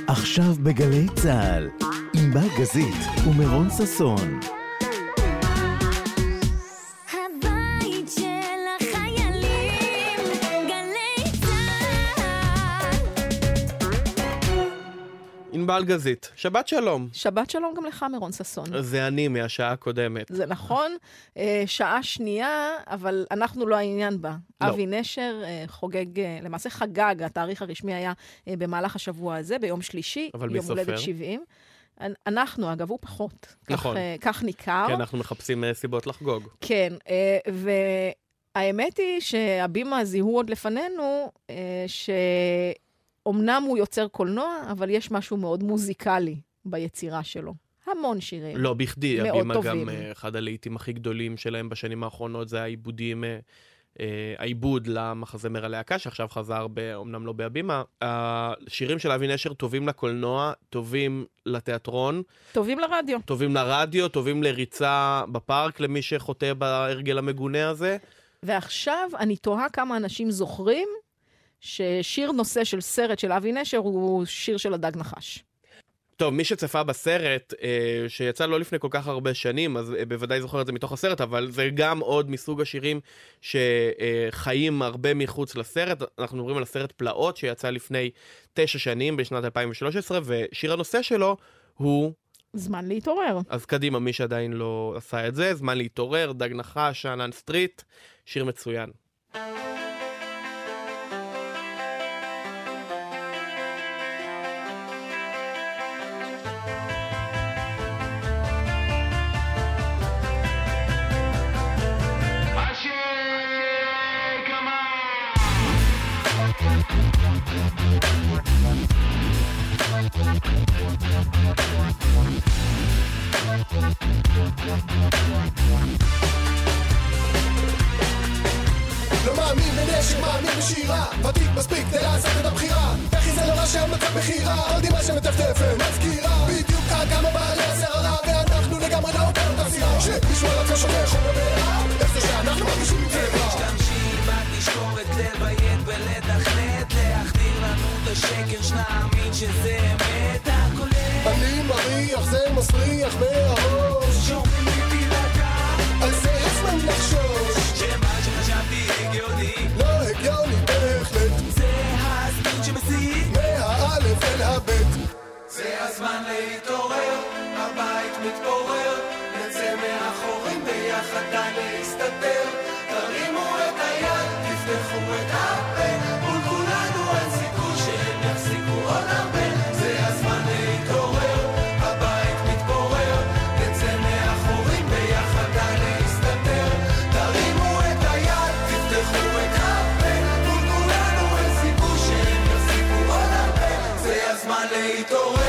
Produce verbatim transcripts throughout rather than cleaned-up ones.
עכשיו בגלי צהל, עם בל גזית ומרון ססון. הבית של החיילים, גלי צהל. עם בל גזית, שבת שלום. שבת שלום גם לך, מרון ססון. זה אני מהשעה הקודמת. זה נכון, שעה שנייה, אבל אנחנו לא העניין בה. לא. אבי נשר חוגג, למעשה חגג, התאריך הרשמי היה במהלך השבוע הזה, ביום שלישי, אבל יום מי הולדת סופר? שבעים. אנחנו, אגב, הוא פחות. נכון. כך, כך ניכר. כי אנחנו מחפשים אה, סיבות לחגוג. כן, והאמת היא שהבימה זיהו עוד לפנינו, שאומנם הוא יוצר קולנוע, אבל יש משהו מאוד מוזיקלי ביצירה שלו. המון שירים. לא, בכדי, מאוד הבימה טובים. גם אה, אחד הלעיתים הכי גדולים שלהם בשנים האחרונות, זה העיבודים, אה, אה, העיבוד למחזמר הלהקה, שעכשיו חזר, אומנם לא בהבימה. השירים של אבי נשר טובים לקולנוע, טובים לתיאטרון, טובים לרדיו. טובים לרדיו, טובים לריצה בפארק, למי שחוטא בהרגל המגונה הזה. ועכשיו אני תוהה כמה אנשים זוכרים ששיר נושא של סרט של אבי נשר הוא שיר של הדג נחש. טוב, מי שצפה בסרט, אה, שיצא לא לפני כל כך הרבה שנים, אז אה, בוודאי זוכר את זה מתוך הסרט, אבל זה גם עוד מסוג השירים שחיים הרבה מחוץ לסרט. אנחנו מדברים על הסרט פלאות, שיצא לפני תשע שנים, בשנת אלפיים ושלוש עשרה, ושיר הנושא שלו הוא... זמן להתעורר. אז קדימה, מי שעדיין לא עשה את זה, זמן להתעורר, דג נחש, ענן סטריט, שיר מצוין. לא מאמין בנשק, מאמין בשירה, ותיק מספיק כדי לעשות את הבחירה. וכי זה לא רע שהמצב בחירה, עוד עם מה שמטפטפת מזכירה בדיוק כמה בעלי הסערה, ואנחנו לגמרי לא עובר את הסירה. שמישהו על עצמו שופך חומר בעירה, איך זה שאנחנו מרגישים עם צבע. משתמשים בתשקורת לביית ולתכנת, להחדיר לנו את השקר שנאמין שזה אמת. הכולל אני מריח, זה מסריח מהראש, שומעים לי תילקה, על זה הזמן לחשוש. שמה שחשבתי הגיוני, לא הגיוני בהחלט, זה הזמן שמסית מהאלף אל הבית. זה הזמן להתעורר, הבית מתפורר, נצא מאחורים ביחד די להסתתר. תרימו את היד, תפתחו את הפה, מול כולנו אין סיכוי שהם יחזיקו עוד הרבה. זה הזמן להתעורר, הבית מתפורר, נצא מאחורים ביחד די להסתתר. תרימו את היד, תפתחו את הפה, מול כולנו אין סיכוי שהם יחזיקו עוד הרבה. זה הזמן להתעורר.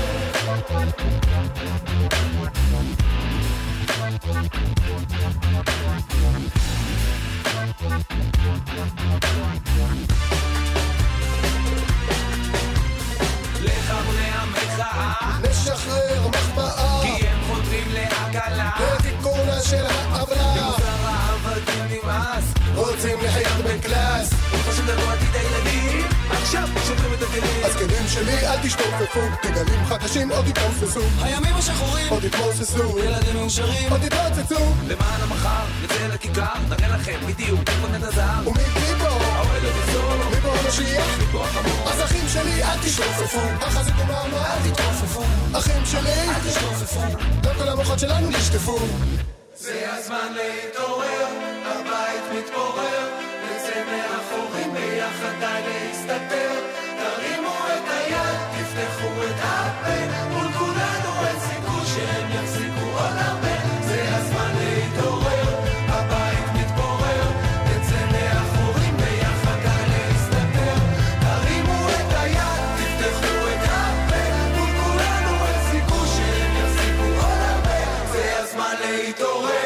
לחברי המחאה נשחרר מחמאה, כי הם חותרים להקלה לתיקונה של העוולה. במוסר העבדים נמאס, רוצים לחיות בקלאס, הם חושבים לדור עתיד הילדים, עכשיו שוברים את הכלים. אז כלים שלי אל תשתופפו, תגלים חדשים עוד יתמוססו, הימים השחורים עוד יתמוססו, ילדים מאושרים עוד יתרוצצו. למען המחר נצא לכיכר, נראה לכם בדיוק איפה נט הזהב, ומי פה האוהל עוד יחזור, מי פה המשיח, מי פה החמור. אז אחים שלי אל תשתופפו, החזיקו מעמד אל תתרופפו, אחים שלי אל תשתופפו, לא כל המוחות שלנו נשטפו. זה הזמן להתעורר, הבית מתפורר, נצא מאחורים ביחד די להסתתר. תרימו את היד, תפתחו את הפה, מול כולנו אין סיכוי שהם יחזיקו עוד הרבה. זה הזמן להתעורר, הבית מתפורר, נצא מאחורים ביחד די להסתתר. תרימו את היד, תפתחו את הפה, מול כולנו אין סיכוי שהם יחזיקו עוד הרבה. זה הזמן להתעורר.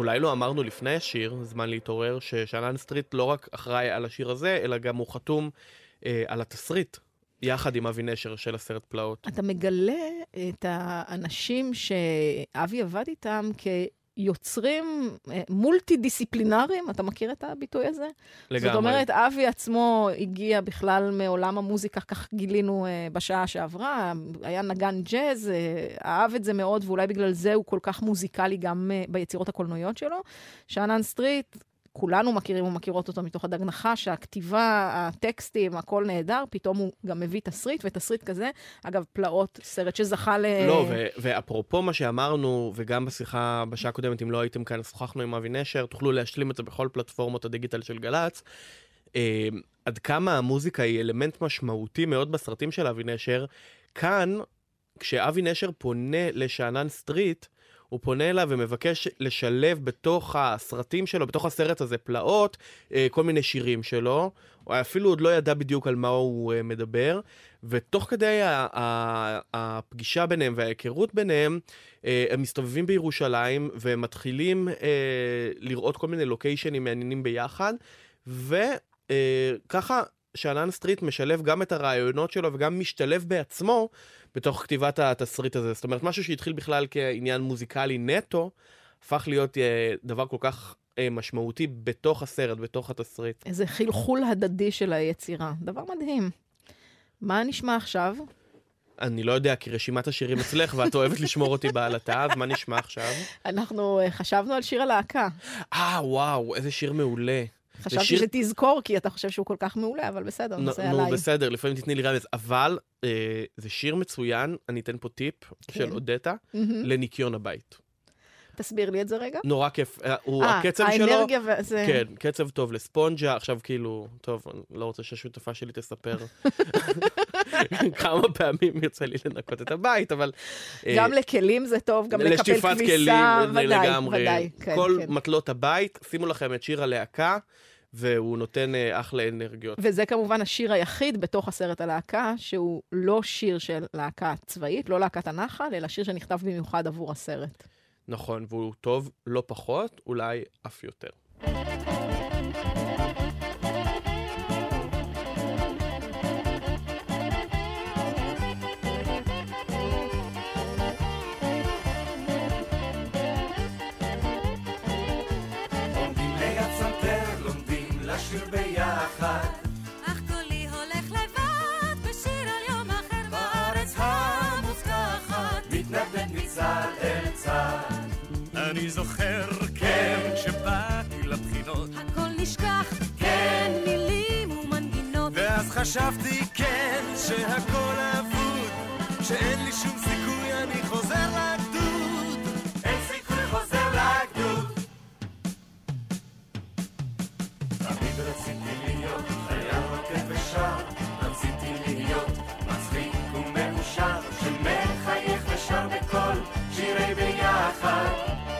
אולי לא אמרנו לפני השיר, זמן להתעורר, ששאנן סטריט לא רק אחראי על השיר הזה, אלא גם הוא חתום אה, על התסריט, יחד עם אבי נשר של הסרט פלאות. אתה מגלה את האנשים שאבי עבד איתם כיוצרים מולטי-דיסציפלינריים, אתה מכיר את הביטוי הזה? לגמרי. זאת אומרת, אבי עצמו הגיע בכלל מעולם המוזיקה, כך גילינו בשעה שעברה, היה נגן ג'אז, אהב את זה מאוד, ואולי בגלל זה הוא כל כך מוזיקלי גם ביצירות הקולנועיות שלו. שאנן סטריט, כולנו מכירים ומכירות אותו מתוך הדג נחש, הכתיבה, הטקסטים, הכל נהדר, פתאום הוא גם מביא תסריט, ותסריט כזה, אגב, פלאות, סרט שזכה ל... לא, ו- ואפרופו מה שאמרנו, וגם בשיחה בשעה הקודמת, אם לא הייתם כאן, שוחחנו עם אבי נשר, תוכלו להשלים את זה בכל פלטפורמות הדיגיטל של גלץ. אה, עד כמה המוזיקה היא אלמנט משמעותי מאוד בסרטים של אבי נשר, כאן, כשאבי נשר פונה לשאנן סטריט, הוא פונה אליו ומבקש לשלב בתוך הסרטים שלו, בתוך הסרט הזה פלאות, כל מיני שירים שלו. הוא אפילו עוד לא ידע בדיוק על מה הוא מדבר, ותוך כדי הפגישה ביניהם וההיכרות ביניהם, הם מסתובבים בירושלים ומתחילים לראות כל מיני לוקיישנים מעניינים ביחד, וככה שאנן סטריט משלב גם את הרעיונות שלו וגם משתלב בעצמו בתוך כתיבת התסריט הזה. זאת אומרת, משהו שהתחיל בכלל כעניין מוזיקלי נטו, הפך להיות אה, דבר כל כך אה, משמעותי בתוך הסרט, בתוך התסריט. איזה חלחול הדדי של היצירה. דבר מדהים. מה נשמע עכשיו? אני לא יודע, כי רשימת השירים אצלך, ואת אוהבת לשמור אותי בעלתה, אז מה נשמע עכשיו? אנחנו אה, חשבנו על שיר הלהקה. אה, וואו, איזה שיר מעולה. חשבתי שיר... שתזכור, כי אתה חושב שהוא כל כך מעולה, אבל בסדר, נו, נעשה נו, עליי. בסדר, לפעמים תתני לי רמז. אבל אה, זה שיר מצוין, אני אתן פה טיפ כן. של אודטה, Mm-hmm. לניקיון הבית. תסביר לי את זה רגע. נורא כיף. הוא, 아, הקצב שלו... האנרגיה וזה... כן, קצב טוב לספונג'ה. עכשיו כאילו, טוב, אני לא רוצה שהשותפה שלי תספר כמה פעמים יוצא לי לנקות את הבית, אבל... גם לכלים זה טוב, גם לקפל כביסה. לשטיפת כלים, ודאי, לגמרי. ודאי. כן, כל כן. מטלות הבית, שימו לכם את שיר הלהקה, והוא נותן אה, אחלה אנרגיות. וזה כמובן השיר היחיד בתוך הסרט הלהקה, שהוא לא שיר של להקה צבאית, לא להקת הנחל, אלא שיר שנכתב במיוחד עבור הסרט. נכון, והוא טוב לא פחות, אולי אף יותר. עומדים ליד סנטר, לומדים לשיר ביחד. אך קולי הולך לבד בשיר על יום אחר בארץ המובטחת, מתנדנד מצד אל צד. אני זוכר, כן, כשבאתי לבחינות, הכל נשכח, כן, מילים ומנגינות. ואז חשבתי, כן, שהכל אבוד, שאין לי שום סיכוי, אני חוזר לגדוד. אין סיכוי חוזר לגדוד. תמיד רציתי להיות חייל רוקד ושר, רציתי להיות מצחיק ומאושר, שמחייך ושר בכל שירי ביחד.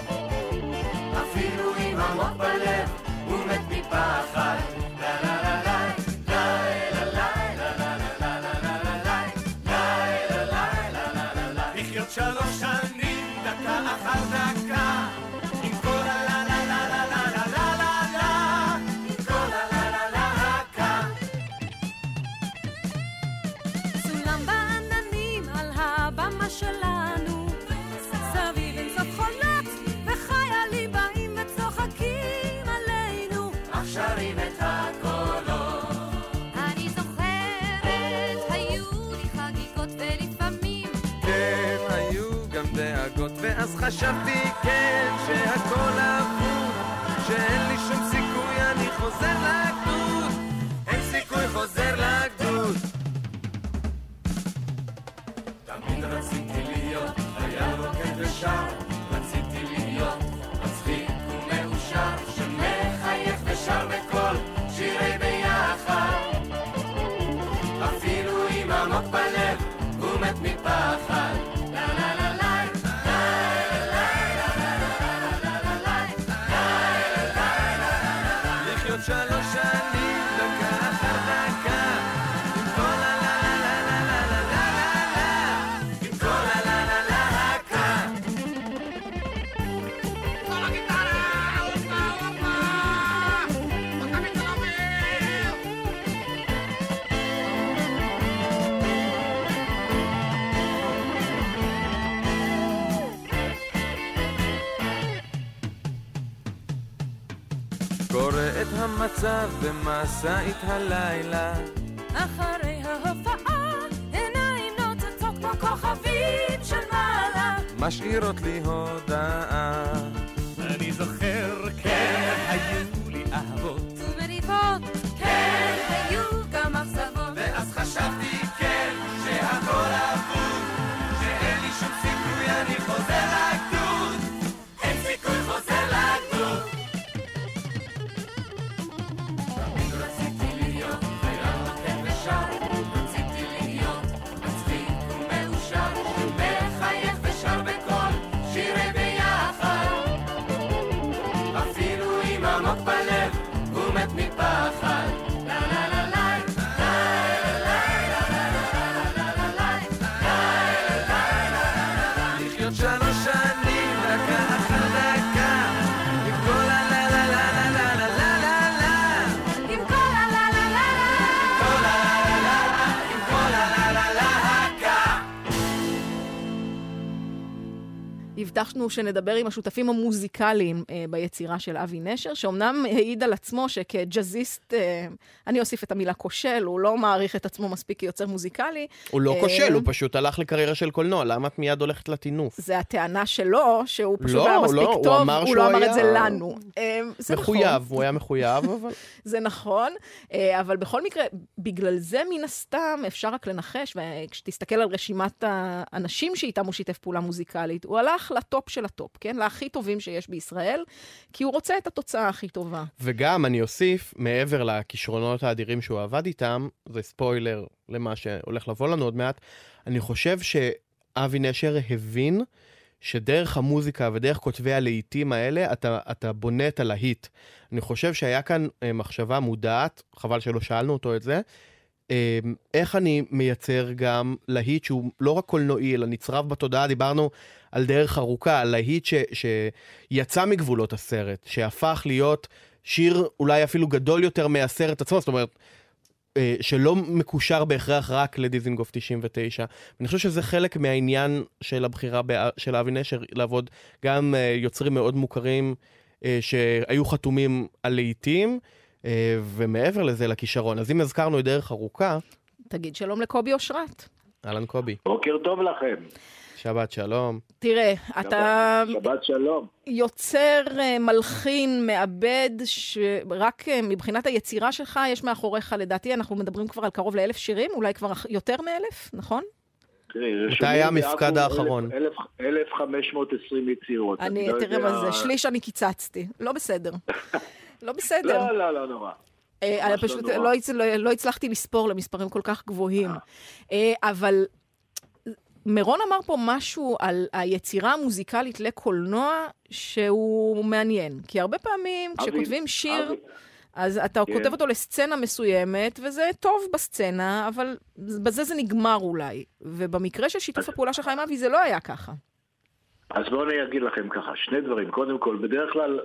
אפילו עם עמוק בלב הוא מת מפחד. לה לה לה לה לה לה לה לה לה לה לה לה לה לה לה. לחיות שלוש שנים דקה אחר דקה עם כל הלה לה לה לה לה לה לה לה, עם כל הלה לה לה לה. סולם בעננים על הבמה שלנו, סביב אינסוף חולות וחיילים באים וצוחקים עלינו. אך שרים את הקולות. אני זוכרת, היו לי חגיגות ולפעמים כן, היו גם דאגות, ואז חשבתי, כן, שהכל אבוד, שאין לי שום סיכוי, אני חוזר לגדוד. אין סיכוי חוזר לגדוד. תמיד רציתי להיות חייל רוקד ושר, רציתי להיות מצחיק ומאושר, שמחייך ושר בכל שירי ביחד. אפילו עם עמוק בלב הוא מת מפחד. לה לה לה לה לה לה לה לה לה לה לה לה לה לה לה לה רואה את המצב במסעית הלילה. אחרי ההופעה עיניים נוצצות כמו כוכבים של מעלה, משאירות לי הודעה. אני זוכר, כן, היו לי אהבות ומריבות, כן, היו גם אכזבות, ואז חשבתי, כן, שהכל אבוד, שאין לי שום סיכוי, אני חוזר לגדוד, אין סיכוי חוזר לגדוד. תמיד רציתי להיות חייל נותן ושר, רציתי להיות מצחיק ומאושר, מחייך ושר בכל שירי ביחד, אפילו אם עמוק בלב הוא מת מפחד. לה לה לה לה לחיות שלוש שנים דקה אחר דקה עם כל הלה לה לה לה לה לה לה לה לה עם כל הלה לה לה לה, עם כל הלה להקה. הבטחנו שנדבר עם השותפים המוזיקליים אה, ביצירה של אבי נשר, שאומנם העיד על עצמו שכג'אזיסט, אה, אני אוסיף את המילה כושל, הוא לא מעריך את עצמו מספיק כיוצר מוזיקלי. הוא לא אה, כושל, הוא פשוט הלך לקריירה של קולנוע, למה את מיד הולכת לטינוף? זה הטענה שלו, שהוא פשוט לא, היה הוא מספיק לא, הוא טוב, אמר הוא שהוא לא אמר היה- את זה לנו. אה, זה מחויב, נכון. הוא היה מחויב, אבל... זה נכון, אה, אבל בכל מקרה, בגלל זה מן הסתם אפשר רק לנחש, וכשתסתכל על רשימת האנשים שאיתם הוא שיתף פעולה מוזיקלית, הוא הלך לטופ של הטופ, כן? להכי טובים שיש בישראל, כי הוא רוצה את התוצאה הכי טובה. וגם אני אוסיף, מעבר לכישרונות האדירים שהוא עבד איתם, זה ספוילר למה שהולך לבוא לנו עוד מעט, אני חושב שאבי נשר הבין שדרך המוזיקה ודרך כותבי הלהיטים האלה, אתה, אתה בונה את הלהיט. אני חושב שהיה כאן אה, מחשבה מודעת, חבל שלא שאלנו אותו את זה, אה, איך אני מייצר גם להיט שהוא לא רק קולנועי, אלא נצרב בתודעה, דיברנו על דרך ארוכה, על להיט ש, שיצא מגבולות הסרט, שהפך להיות שיר אולי אפילו גדול יותר מהסרט עצמו, זאת אומרת, אה, שלא מקושר בהכרח רק לדיזינגוף תשעים ותשע. אני חושב שזה חלק מהעניין של הבחירה בא- של אבי נשר, לעבוד גם אה, יוצרים מאוד מוכרים אה, שהיו חתומים על להיטים, אה, ומעבר לזה לכישרון. אז אם הזכרנו את דרך ארוכה, תגיד שלום לקובי אושרת. אהלן קובי, בוקר טוב לכם. שבת שלום. תראה, אתה שבת שלום. יוצר, אה, מלחין, מעבד, שרק אה, מבחינת היצירה שלך יש מאחוריך, לדעתי, אנחנו מדברים כבר על קרוב לאלף שירים, אולי כבר יותר מאלף, נכון? תראי, מתי רשומים היה בעכו המפקד האחרון? אלף- אלף וחמש מאות ועשרים יצירות. אני, לא תראה יודע- מה זה, שליש אני קיצצתי. לא בסדר. לא בסדר. לא, לא, לא נורא. אה, אני ממש לא פשוט נורא. לא, הצ- לא, לא הצלחתי לספור למספרים כל כך גבוהים. אה, אבל מירון אמר פה משהו על היצירה המוזיקלית לקולנוע שהוא מעניין. כי הרבה פעמים אבי, כשכותבים שיר, אבי, אז אתה כן. כותב אותו לסצנה מסוימת, וזה טוב בסצנה, אבל בזה זה נגמר אולי. ובמקרה של שיתוף הפעולה שלך עם אבי זה לא היה ככה. אז בואו אני אגיד לכם ככה, שני דברים. קודם כל, בדרך כלל,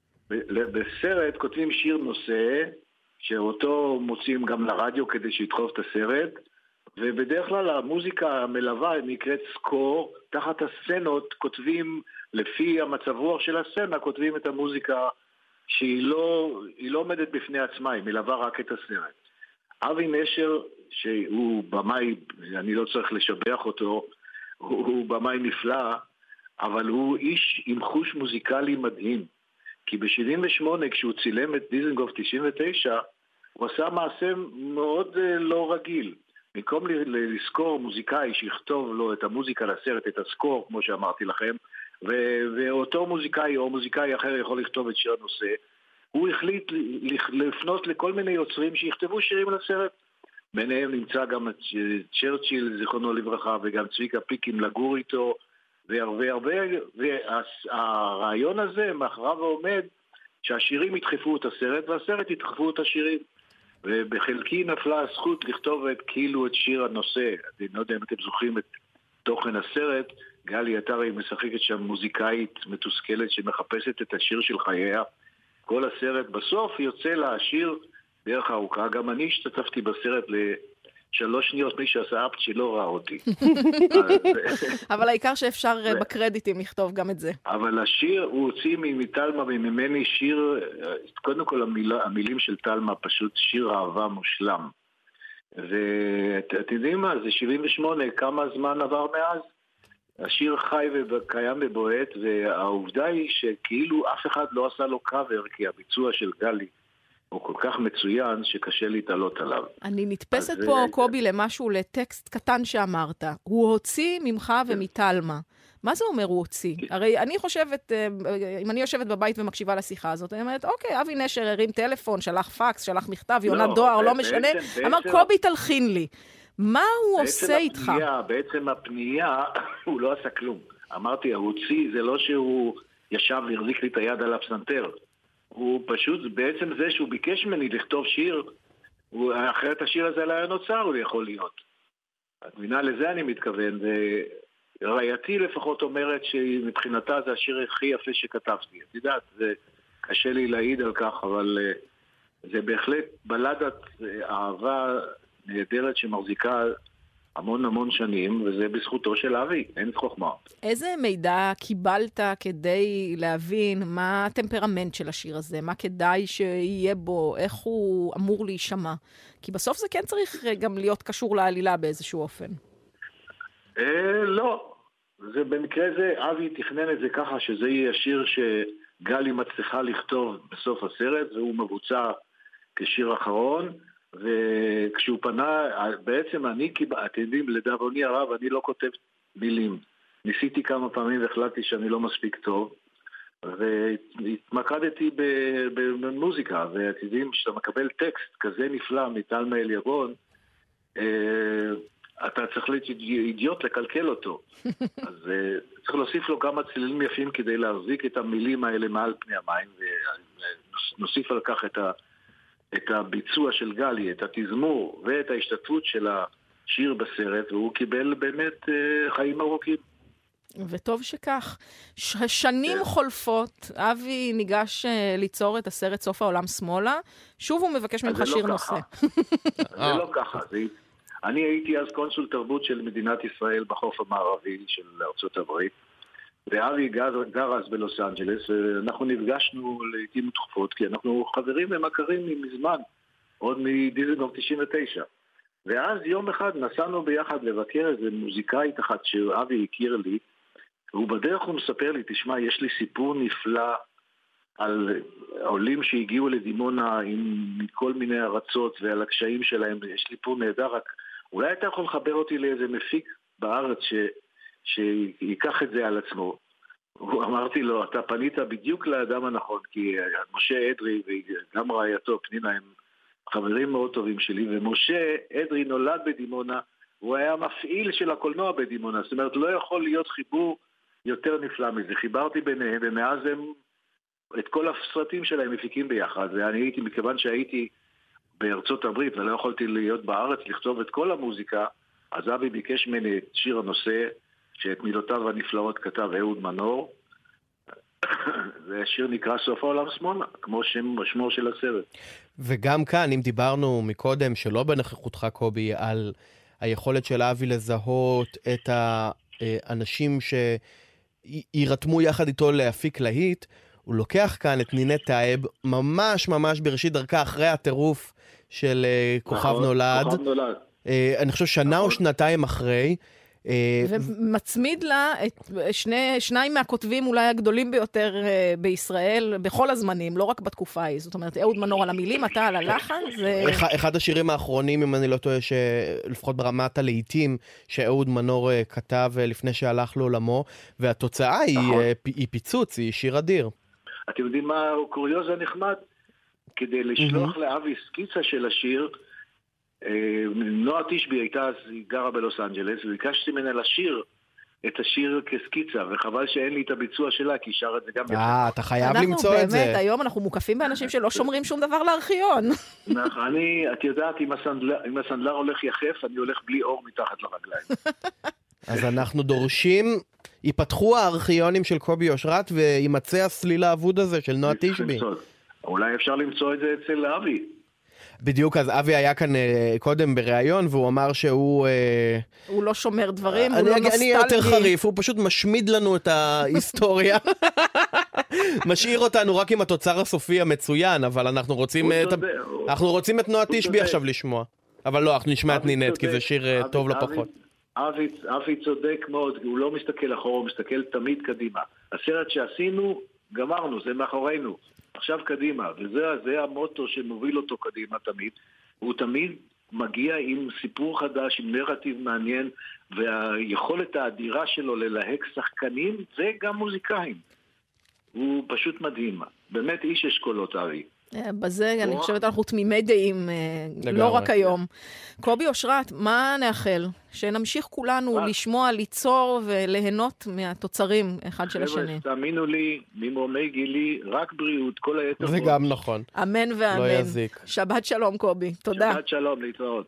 ב- בסרט כותבים שיר נושא, שאותו מוצאים גם לרדיו כדי שידחוף את הסרט, ובדרך כלל המוזיקה המלווה נקראת סקור, תחת הסצנות כותבים, לפי המצב רוח של הסצנה, כותבים את המוזיקה שהיא לא, היא לא עומדת בפני עצמה, היא מלווה רק את הסרט. אבי נשר, שהוא במאי, אני לא צריך לשבח אותו, הוא, הוא במאי נפלא, אבל הוא איש עם חוש מוזיקלי מדהים. כי ב-שבעים ושמונה, כשהוא צילם את דיזנגוף תשעים ותשע, הוא עשה מעשה מאוד uh, לא רגיל. במקום ל- ל- לזכור מוזיקאי שיכתוב לו את המוזיקה לסרט, את הסקור, כמו שאמרתי לכם, ו- ואותו מוזיקאי או מוזיקאי אחר יכול לכתוב את שיר הנושא, הוא החליט ל- ל- לפנות לכל מיני יוצרים שיכתבו שירים לסרט. ביניהם נמצא גם את צ'רצ'יל, זיכרונו לברכה, וגם צביקה פיקים לגור איתו, והרבה הרבה, והרעיון הזה מאחריו עומד שהשירים ידחפו את הסרט, והסרט ידחפו את השירים. ובחלקי נפלה הזכות לכתוב את כאילו את שיר הנושא. אני לא יודע אם אתם זוכרים את תוכן הסרט, גלי עטרי משחקת שם מוזיקאית מתוסכלת שמחפשת את השיר של חייה. כל הסרט בסוף יוצא לה השיר דרך ארוכה. גם אני השתתפתי בסרט שלוש שניות מי שעשה אפט שלא ראה אותי. אבל העיקר שאפשר בקרדיטים לכתוב גם את זה. אבל השיר, הוא הוציא מטלמה וממני שיר, קודם כל המילים של טלמה פשוט שיר אהבה מושלם. ואתם יודעים מה, זה שבעים ושמונה, כמה זמן עבר מאז? השיר חי וקיים ובועט, והעובדה היא שכאילו אף אחד לא עשה לו קאבר, כי הביצוע של גלי הוא כל כך מצוין שקשה להתעלות עליו. אני נתפסת פה, קובי, למשהו, לטקסט קטן שאמרת. הוא הוציא ממך ומטלמה. מה זה אומר הוא הוציא? הרי אני חושבת, אם אני יושבת בבית ומקשיבה לשיחה הזאת, אני אומרת, אוקיי, אבי נשר הרים טלפון, שלח פקס, שלח מכתב, יונת דואר, לא משנה. אמר, קובי תלחין לי. מה הוא עושה איתך? בעצם הפנייה, הוא לא עשה כלום. אמרתי, הוא הוציא, זה לא שהוא ישב והחזיק לי את היד על הפסנתר. הוא פשוט, בעצם זה שהוא ביקש ממני לכתוב שיר, אחרת השיר הזה לא היה נוצר, הוא יכול להיות. את מבינה, לזה אני מתכוון, ורעייתי לפחות אומרת שמבחינתה זה השיר הכי יפה שכתבתי. את יודעת, זה קשה לי להעיד על כך, אבל זה בהחלט בלדת אהבה נהדרת שמחזיקה המון המון שנים, וזה בזכותו של אבי, אין חוכמה. איזה מידע קיבלת כדי להבין מה הטמפרמנט של השיר הזה, מה כדאי שיהיה בו, איך הוא אמור להישמע? כי בסוף זה כן צריך גם להיות קשור לעלילה באיזשהו אופן. אה, לא. זה, במקרה זה, אבי תכנן את זה ככה שזה יהיה השיר שגלי מצליחה לכתוב בסוף הסרט, והוא מבוצע כשיר אחרון, וכשהוא פנה, בעצם אני, אתם יודעים, לדאבוני הרב, אני לא כותב מילים. ניסיתי כמה פעמים והחלטתי שאני לא מספיק טוב, והתמקדתי במוזיקה, ואתם יודעים, כשאתה מקבל טקסט כזה נפלא מטלמה אליגון, אתה צריך להיות אידיוט לקלקל אותו. אז צריך להוסיף לו כמה צלילים יפים כדי להחזיק את המילים האלה מעל פני המים, ונוסיף על כך את ה... את הביצוע של גלי, את התזמור ואת ההשתתפות של השיר בסרט, והוא קיבל באמת uh, חיים ארוכים. וטוב שכך. ש- שנים חולפות, אבי ניגש uh, ליצור את הסרט סוף העולם שמאלה, שוב הוא מבקש ממך שיר לא נושא. זה לא ככה. זה... אני הייתי אז קונסול תרבות של מדינת ישראל בחוף המערבי של ארצות הברית, ואבי גר, גר אז בלוס אנג'לס, ואנחנו נפגשנו לעתים תכופות, כי אנחנו חברים ומכרים מזמן, עוד מדיזנגוף תשעים ותשע. ואז יום אחד נסענו ביחד לבקר איזה מוזיקאית אחת שאבי הכיר לי, ובדרך הוא מספר לי, תשמע, יש לי סיפור נפלא על עולים שהגיעו לדימונה עם כל מיני ארצות ועל הקשיים שלהם, יש לי סיפור נהדר, רק אולי אתה יכול לחבר אותי לאיזה מפיק בארץ ש... שיקח את זה על עצמו. הוא אמרתי לו, אתה פנית בדיוק לאדם הנכון, כי משה אדרי וגם רעייתו פנינה הם חברים מאוד טובים שלי, ומשה אדרי נולד בדימונה, הוא היה מפעיל של הקולנוע בדימונה, זאת אומרת, לא יכול להיות חיבור יותר נפלא מזה. חיברתי ביניהם, ומאז הם את כל הסרטים שלהם מפיקים ביחד, ואני הייתי, מכיוון שהייתי בארצות הברית ולא יכולתי להיות בארץ לכתוב את כל המוזיקה, אז אבי ביקש ממני את שיר הנושא, שאת מילותיו הנפלאות כתב אהוד מנור, והשיר נקרא סוף העולם שמאלה, כמו שם, שמו של הסרט. וגם כאן, אם דיברנו מקודם, שלא בנוכחותך קובי, על היכולת של אבי לזהות את האנשים שירתמו יחד איתו להפיק להיט, הוא לוקח כאן את נינת טייב, ממש ממש בראשית דרכה, אחרי הטירוף של כוכב נולד. כוכב נולד. אני חושב שנה או שנתיים אחרי. ומצמיד לה את שני, שניים מהכותבים אולי הגדולים ביותר בישראל, בכל הזמנים, לא רק בתקופה ההיא. זאת אומרת, אהוד מנור על המילים, אתה על הלחן. זה... אחד השירים האחרונים, אם אני לא טועה, שלפחות ברמת הלעיתים, שאהוד מנור כתב לפני שהלך לעולמו, והתוצאה היא, היא פיצוץ, היא שיר אדיר. אתם יודעים מה הקוריוז הנחמד? כדי לשלוח לאבי סקיצה של השיר, נועה תשבי הייתה אז, היא גרה בלוס אנג'לס, וביקשתי ממנה לשיר את השיר כסקיצה, וחבל שאין לי את הביצוע שלה, כי שר את זה גם... אה, אתה חייב למצוא את זה. אנחנו באמת, היום אנחנו מוקפים באנשים שלא שומרים שום דבר לארכיון. אני, את יודעת, אם הסנדלר הולך יחף, אני הולך בלי אור מתחת לרגליים. אז אנחנו דורשים, ייפתחו הארכיונים של קובי אושרת, וימצא הסליל האבוד הזה של נועה תשבי. אולי אפשר למצוא את זה אצל אבי. בדיוק, אז אבי היה כאן אה, קודם בריאיון, והוא אמר שהוא... אה, הוא לא שומר דברים, הוא אני, לא אני נוסטלגי. יותר חריף, הוא פשוט משמיד לנו את ההיסטוריה. משאיר אותנו רק עם התוצר הסופי המצוין, אבל אנחנו רוצים, את, צודק, הוא... אנחנו רוצים את נועה תשבי צודק. עכשיו לשמוע. אבל לא, אנחנו נשמע את אבי נינט, כי צודק. זה שיר אה, אבי- טוב לא אבי- פחות. אבי, אבי צודק מאוד, הוא לא מסתכל אחורה, הוא מסתכל תמיד קדימה. הסרט שעשינו, גמרנו, זה מאחורינו. עכשיו קדימה, וזה זה המוטו שמוביל אותו קדימה תמיד. הוא תמיד מגיע עם סיפור חדש, עם נרטיב מעניין, והיכולת האדירה שלו ללהק שחקנים וגם מוזיקאים. הוא פשוט מדהים. באמת איש אשכולות, אבי. אה, בזה אני וואו. חושבת אנחנו תמימי דעים, אה, לגמרי. לא רק היום. קובי אושרת, מה נאחל? שנמשיך כולנו מה? לשמוע, ליצור וליהנות מהתוצרים אחד של חבר'ה, השני. תאמינו לי, ממרומי גילי, רק בריאות, כל היתר זה בו. גם נכון. אמן ואמן. לא יזיק. שבת שלום, קובי. תודה. שבת שלום, להתראות.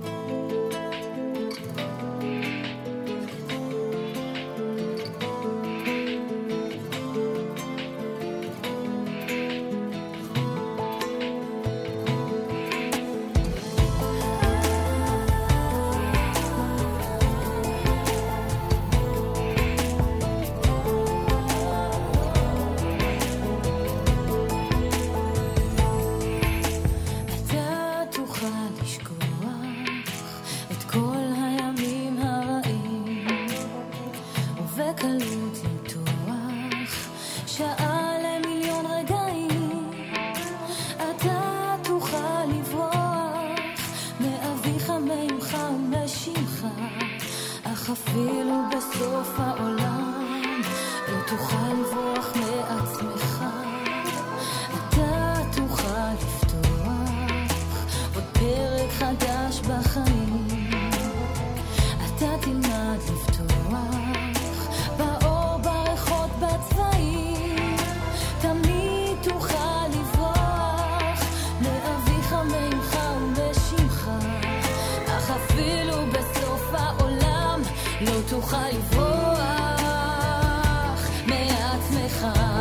אתה תוכל לשכוח את כל הימים הרעים ובקלות למתוח שעה למיליון רגעים. אתה תוכל לברוח מאביך, מאמך ומשמך, אך אפילו בסוף העולם לא תוכל לברוח מעצמך. אתה תוכל לפתוח עוד פרק חדש בחיים. אתה תלמד לפתוח באור, בריחות, בצבעים. תמיד תוכל לברוח מאביך, מאמך ומשמך, אך אפילו בסוף העולם לא תוכל לברוח מעצמך.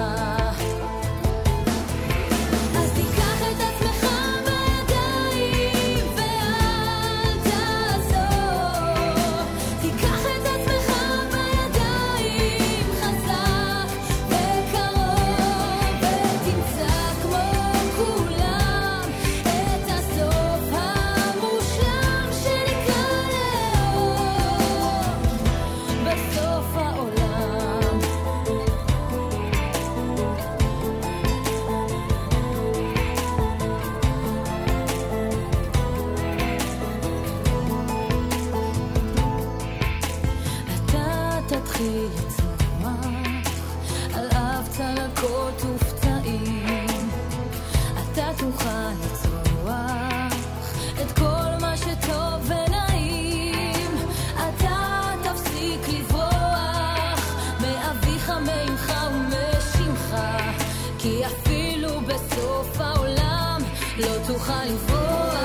אז תיקח את עצמך בידיים ואל תעזור. תיקח את עצמך בידיים חזק וקרוב, ותמצא כמו כולם את הסוף המושלם שנקרא לאור בסוף העולם. אתה תתחיל לצמוח על אף צלקות ופצעים. אתה תוכל לצמוח את כל מה שטוב ונעים. אתה תפסיק לברוח מאביך, מאמך ומשמך, כי אפילו בסוף העולם לא תוכל לברוח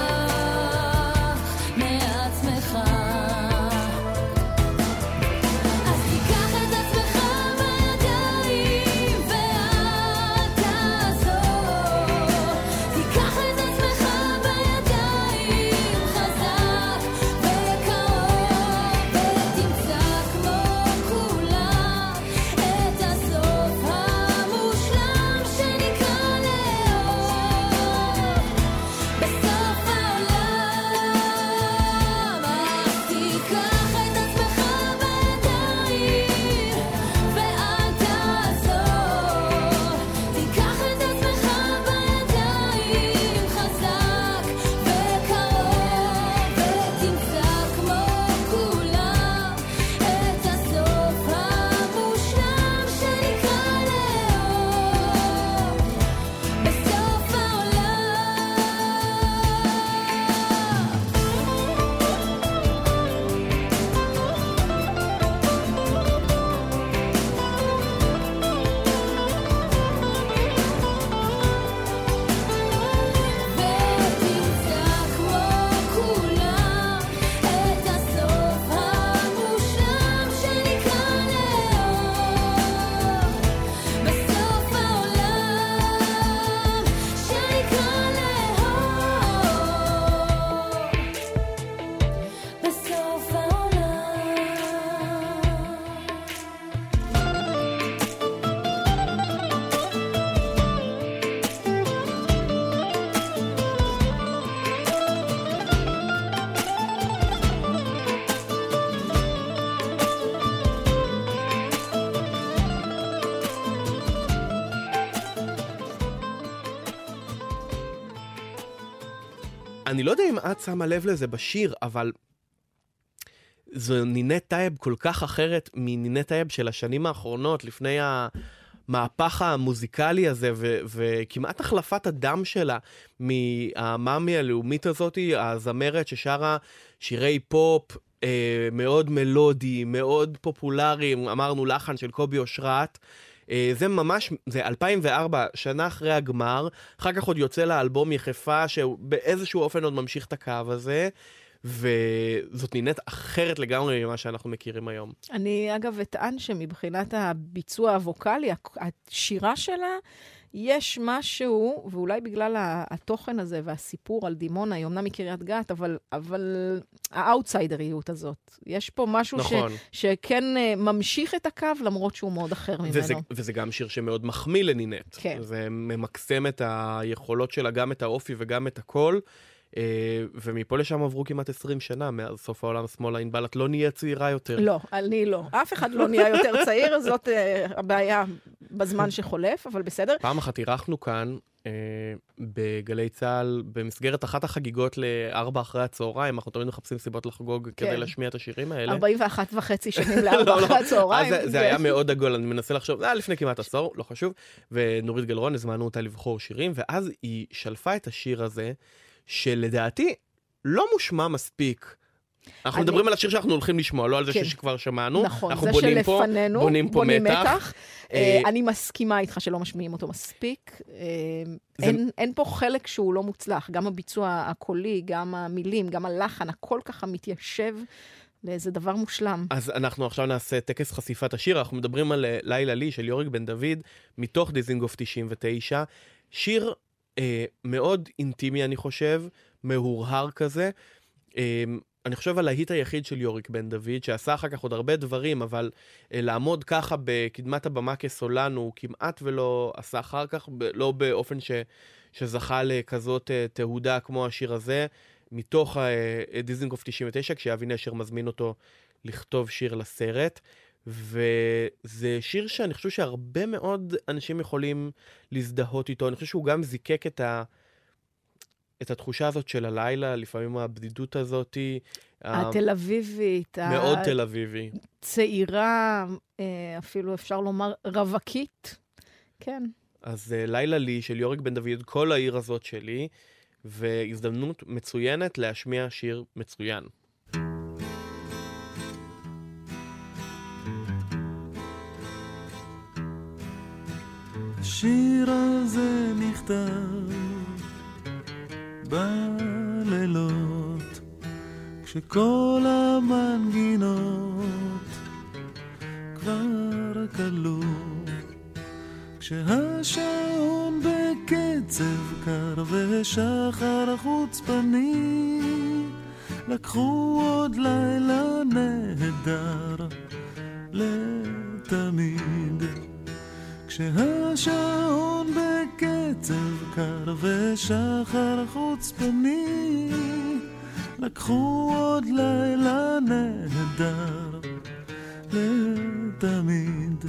מעצמך. אז תיקח את עצמך בידיים ואל תעזור. תיקח את עצמך בידיים חזק וקרוב, ותמצא כמו כולם את הסוף המושלם שנקרא לאור בסוף אני לא יודע אם את שמה לב לזה בשיר, אבל זו נינת טייב כל כך אחרת מנינת טייב של השנים האחרונות, לפני המהפך המוזיקלי הזה, ו- וכמעט החלפת הדם שלה מהמאמי הלאומית הזאת, הזמרת ששרה שירי פופ, אה, מאוד מלודי, מאוד פופולריים, אמרנו לחן של קובי אושרת, אה, זה ממש, זה אלפיים וארבע, שנה אחרי הגמר, אחר כך עוד יוצא לאלבום יחפה, שבאיזשהו אופן עוד ממשיך את הקו הזה, וזאת נינת אחרת לגמרי ממה שאנחנו מכירים היום. אני אגב אטען שמבחינת הביצוע הווקלי, השירה שלה, יש משהו, ואולי בגלל התוכן הזה והסיפור על דימונה, היא אומנם מקריית גת, אבל, אבל האוטסיידריות הזאת. יש פה משהו נכון. ש, שכן ממשיך את הקו, למרות שהוא מאוד אחר ממנו. וזה, וזה גם שיר שמאוד מחמיא לנינת. כן. זה ממקסם את היכולות שלה, גם את האופי וגם את הכל. ומפה לשם עברו כמעט עשרים שנה, מאז סוף העולם שמאלה ענבל, את לא נהיה צעירה יותר. לא, אני לא. אף אחד לא נהיה יותר צעיר, זאת הבעיה בזמן שחולף, אבל בסדר. פעם אחת אירחנו כאן, בגלי צהל, במסגרת אחת החגיגות לארבע אחרי הצהריים, אנחנו תמיד מחפשים סיבות לחגוג כדי להשמיע את השירים האלה. ארבעים ואחת וחצי שנים לארבע אחרי הצהריים. אז זה היה מאוד עגול, אני מנסה לחשוב, זה היה לפני כמעט עשור, לא חשוב, ונורית גלרון, הזמנו אותה לבחור שירים, ואז היא שלפה את השיר הזה, שלדעתי לא מושמע מספיק. אנחנו אני... מדברים על השיר שאנחנו הולכים לשמוע, לא על זה כן. שכבר שמענו. נכון, אנחנו זה בונים שלפנינו, פה, בונים פה בונים מתח. מתח. אה... אני מסכימה איתך שלא משמיעים אותו מספיק. אה... זה... אין, אין פה חלק שהוא לא מוצלח. גם הביצוע הקולי, גם המילים, גם הלחן, הכל ככה מתיישב לאיזה דבר מושלם. אז אנחנו עכשיו נעשה טקס חשיפת השיר. אנחנו מדברים על לילה לי של יוריק בן דוד, מתוך דיזינגוף תשעים ותשע. שיר... אה, מאוד אינטימי, אני חושב, מהורהר כזה. אה, אני חושב על ההיט היחיד של יוריק בן דוד, שעשה אחר כך עוד הרבה דברים, אבל אה, לעמוד ככה בקדמת הבמה כסולן, הוא כמעט ולא עשה אחר כך, ב- לא באופן ש- שזכה לכזאת אה, תהודה כמו השיר הזה, מתוך אה, דיזינגוף תשעים ותשע, כשאבי נשר מזמין אותו לכתוב שיר לסרט. וזה שיר שאני חושב שהרבה מאוד אנשים יכולים להזדהות איתו. אני חושב שהוא גם זיקק את, ה... את התחושה הזאת של הלילה, לפעמים הבדידות הזאת. התל אביבית. מאוד ה... תל אביבי. צעירה, אפילו אפשר לומר רווקית. כן. אז לילה לי של יוריק בן דוד, כל העיר הזאת שלי, והזדמנות מצוינת להשמיע שיר מצוין. השיר הזה נכתב בלילות, כשכל המנגינות כבר קלו, כשהשעון בקצב קר ושחר חוצפני לקחו עוד לילה נהדר לתמיד. כשהשעון בקצב קר ושחר חוצפני לקחו עוד לילה נהדר לתמיד.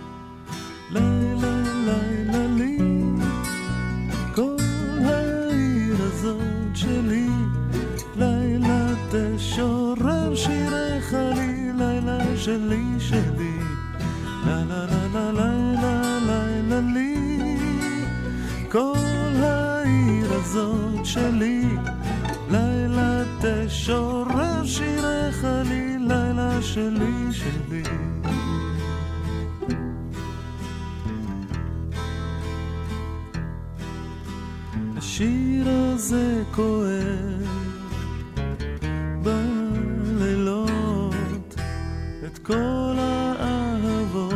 לילה לילה לי כל העיר הזאת שלי, לילה תשורר שירך לי, לילה שלי שלי, לה לה לה לה לילה לילה לי כל העיר הזאת שלי, לילה תשורר שירך לי, לילה שלי שלי. השיר הזה כואב בלילות את כל האהבות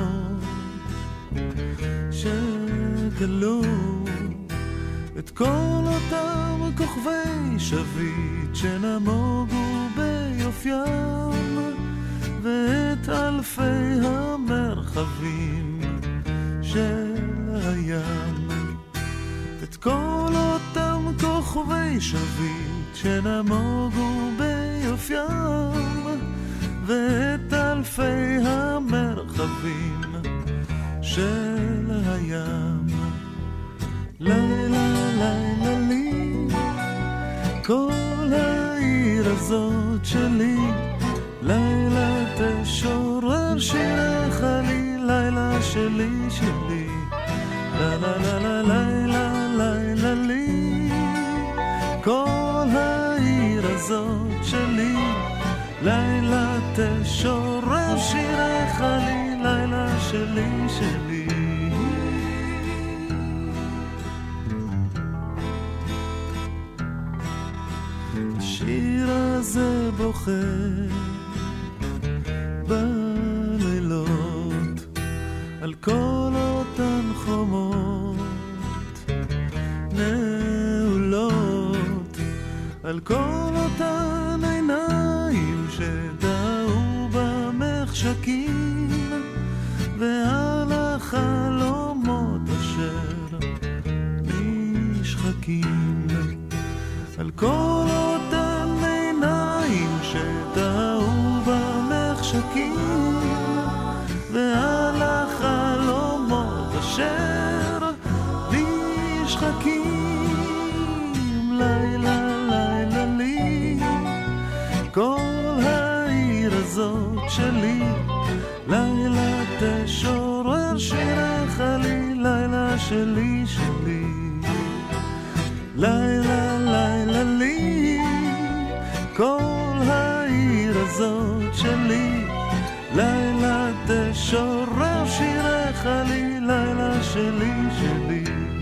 שגלו, את כל אותם כוכבי שביט שנמוגו ביופיים, ואת אלפי המרחבים של הים, את כל אותם כוכבי שביט שנמוגו ביופיים, ואת אלפי המרחבים של הים. לילה לילה לי כל העיר הזאת שלי, לילה תשורר שירך לי, לילה שלי שלי, לה לה לה לה לילה לילה לי. כל העיר הזאת שלי, לילה תשורר שירך לי, לילה שלי שלי. השיר הזה בוכה בלילות על כל אותן חומות נעולות, על כל אותן עיניים שדעו במחשכים ועל החלומות אשר נשחקים, על כל אותן עיניים שדעו במחשכים ועל החלומות אשר נשחקים. לילה לילה לי, כל העיר הזאת שלי, לילה תשורר שירך לי, לילה שלי שלי, לילה לילה לי. כל העיר הזאת שלי, לילה תשורר שירך לי, לילה שלי שלי.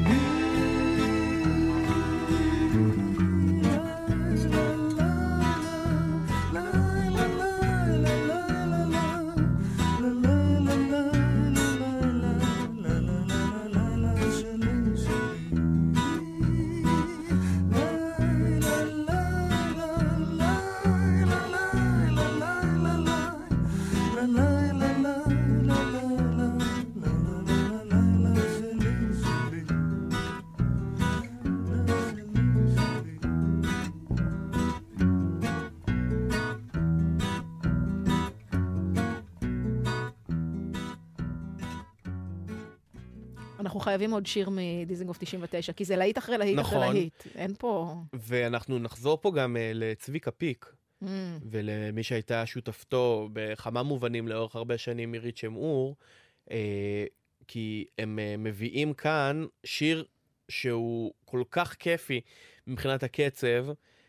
אנחנו חייבים עוד שיר מדיזינגוף תשעים ותשע, כי זה להיט אחרי להיט נכון. אחרי להיט. אין פה... ואנחנו נחזור פה גם uh, לצביקה פיק, Mm. ולמי שהייתה שותפתו בכמה מובנים לאורך הרבה שנים מירית שמעור, uh, כי הם uh, מביאים כאן שיר שהוא כל כך כיפי מבחינת הקצב,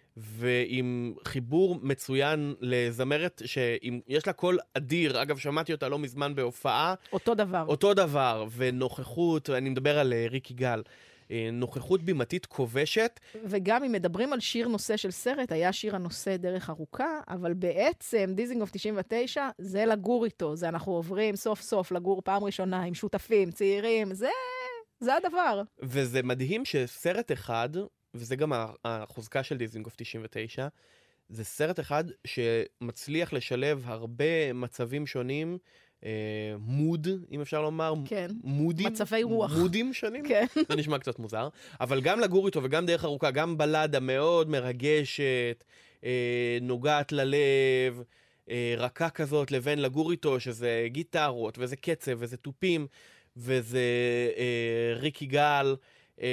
ועם חיבור מצוין לזמרת שיש לה קול אדיר. אגב, שמעתי אותה לא מזמן בהופעה. אותו דבר. אותו דבר, ונוכחות, אני מדבר על uh, ריק יגאל, uh, נוכחות בימתית כובשת. וגם אם מדברים על שיר נושא של סרט, היה שיר הנושא דרך ארוכה, אבל בעצם דיזינגוף תשעים ותשע זה לגור איתו, זה אנחנו עוברים סוף סוף לגור פעם ראשונה עם שותפים, צעירים, זה, זה הדבר. וזה מדהים שסרט אחד, וזה גם החוזקה של דיזינגוף תשעים ותשע, זה סרט אחד שמצליח לשלב הרבה מצבים שונים, אה, מוד, אם אפשר לומר, כן. מודים, מצבי רוח. מודים שונים, כן. זה נשמע קצת מוזר, אבל גם לגור איתו וגם דרך ארוכה, גם בלדה מאוד מרגשת, אה, נוגעת ללב, אה, רכה כזאת, לבין לגור איתו, שזה גיטרות, וזה קצב, וזה טופים, וזה אה, ריק יגאל, אה,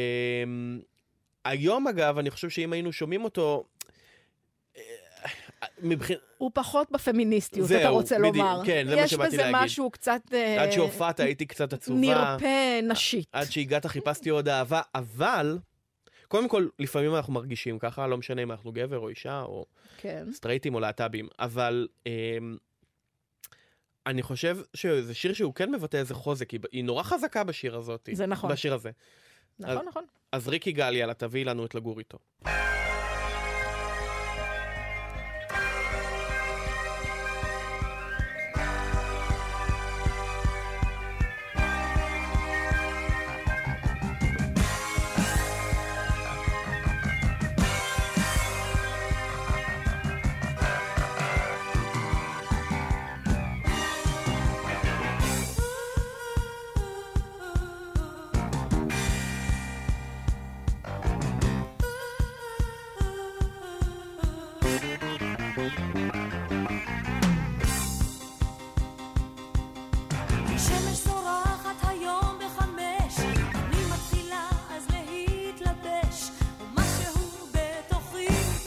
היום אגב, אני חושב שאם היינו שומעים אותו, מבחין... הוא פחות בפמיניסטיות, אתה רוצה בדיוק, לומר. כן, זה מה שבאתי להגיד. יש בזה משהו קצת... עד שהופעת הייתי קצת עצובה. נרפה נשית. עד שהגעת חיפשתי עוד אהבה, אבל, קודם כל, לפעמים אנחנו מרגישים ככה, לא משנה אם אנחנו גבר או אישה, או כן. סטרייטים או להט"בים, אבל אה, אני חושב שזה שיר שהוא כן מבטא איזה חוזק, היא נורא חזקה בשיר הזאת. זה נכון. בשיר הזה. נכון, אז, נכון. אז ריק יגאל, יאללה, תביאי לנו את לגור איתו. אני מתחילה אז להתלבש, ומשהו בתוכי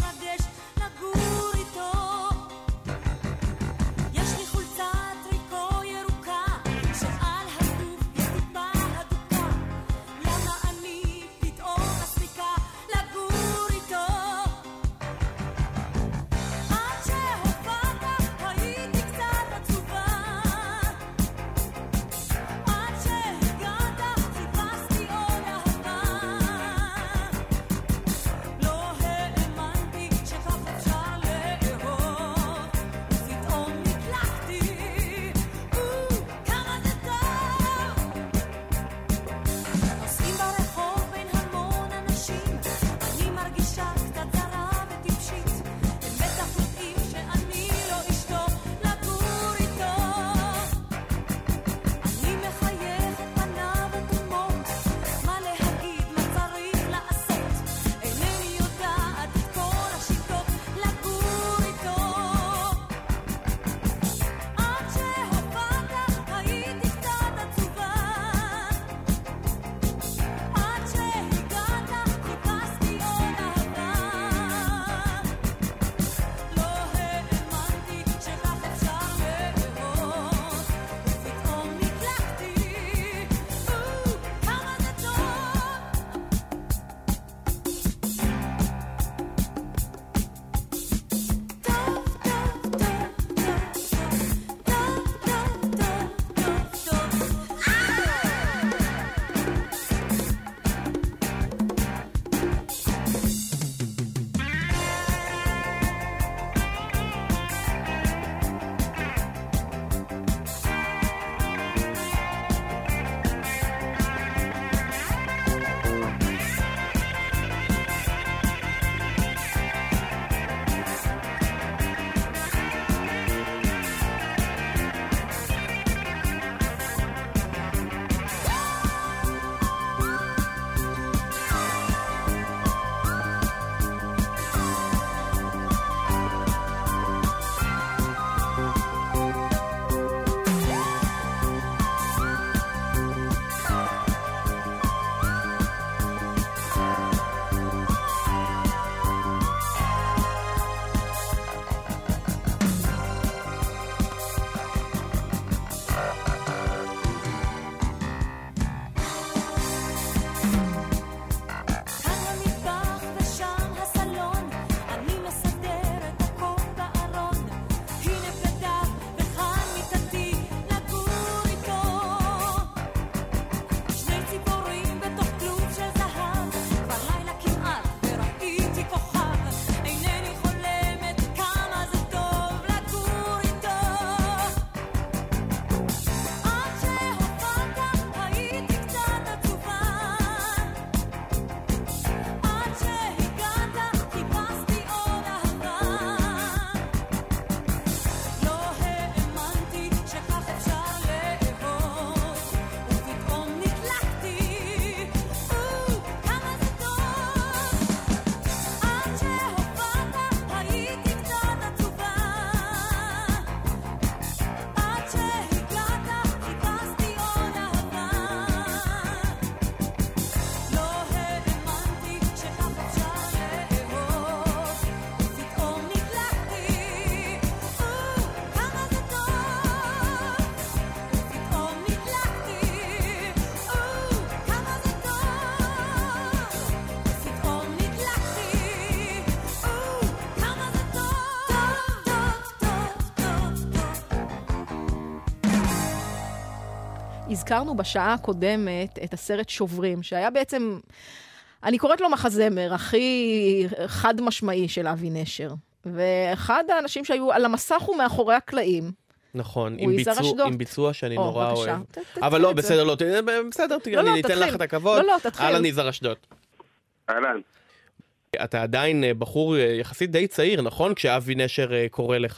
הזכרנו בשעה הקודמת את הסרט שוברים, שהיה בעצם, אני קוראת לו מחזמר, הכי חד משמעי של אבי נשר. ואחד האנשים שהיו על המסך ומאחורי הקלעים, נכון, הוא עם יזהר ביצוע, אשדוד. עם ביצוע שאני או, נורא בבקשה. אוהב. ת- ת- אבל תתחיל לא, את זה. בסדר, לא, ת- בסדר, תראה, לא, לא, אני אתן תתחיל. לך את הכבוד. לא, לא, תתחיל. אהלן יזהר אשדוד. אהלן. אתה עדיין אה, בחור אה, יחסית די צעיר, נכון? כשאבי נשר אה, קורא לך.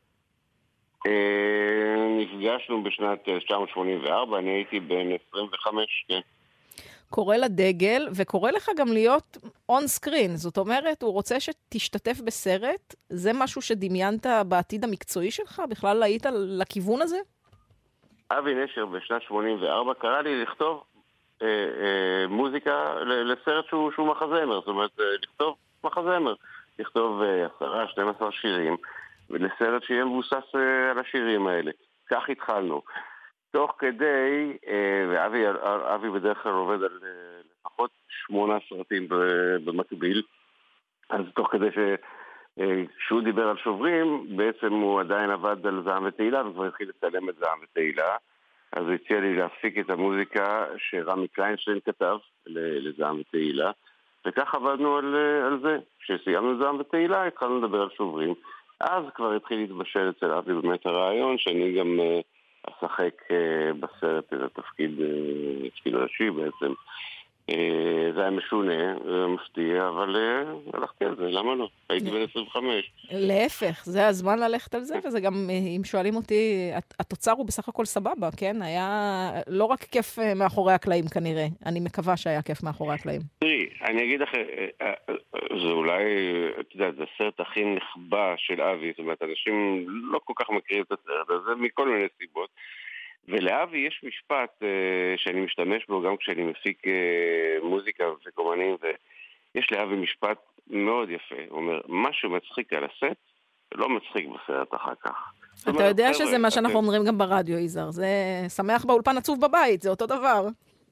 אה, נפגשנו בשנת תשע מאות שמונים וארבע, אני הייתי בן עשרים וחמש, כן. קורא לדגל, וקורא לך גם להיות און סקרין. זאת אומרת, הוא רוצה שתשתתף בסרט. זה משהו שדמיינת בעתיד המקצועי שלך? בכלל היית לכיוון הזה? אבי נשר בשנת שמונים וארבע קרא לי לכתוב אה, אה, מוזיקה ל- לסרט שהוא, שהוא מחזמר, זאת אומרת, אה, לכתוב מחזמר, לכתוב אה, עשרה, שנים עשר שירים, ולסרט שיהיה מבוסס אה, על השירים האלה. כך התחלנו. תוך כדי, אה, ואבי אבי בדרך כלל עובד על אה, לפחות שמונה סרטים ב- במקביל, אז תוך כדי ש... כשהוא דיבר על שוברים, בעצם הוא עדיין עבד על זעם ותהילה, וכבר התחיל לצלם את זעם ותהילה. אז הוא הציע לי להפיק את המוזיקה שרמי קליינשטיין כתב לזעם ותהילה, וכך עבדנו על, על זה. כשסיימנו את זעם ותהילה, התחלנו לדבר על שוברים. אז כבר התחיל להתבשל אצל אבי באמת הרעיון, שאני גם uh, אשחק uh, בסרט את התפקיד, uh, תפקיד ראשי בעצם. זה היה משונה, מפתיע, אבל הלכתי על זה, למה לא? הייתי בן עשרים וחמש. להפך, זה הזמן ללכת על זה, וזה גם, אם שואלים אותי, התוצר הוא בסך הכל סבבה, כן? היה לא רק כיף מאחורי הקלעים כנראה, אני מקווה שהיה כיף מאחורי הקלעים. תראי, אני אגיד לך, זה אולי, אתה יודע, זה הסרט הכי נחבא של אבי, זאת אומרת, אנשים לא כל כך מכירים את הסרט הזה, מכל מיני סיבות. ולאבי יש משפט uh, שאני משתמש בו גם כשאני מפיק uh, מוזיקה וקומנים, ויש לאבי משפט מאוד יפה. הוא אומר, משהו מצחיק על הסט, לא מצחיק בסרט אחר כך. אתה יודע שזה מה שאנחנו אומרים גם ברדיו, יזהר. זה שמח באולפן עצוב בבית, זה אותו דבר.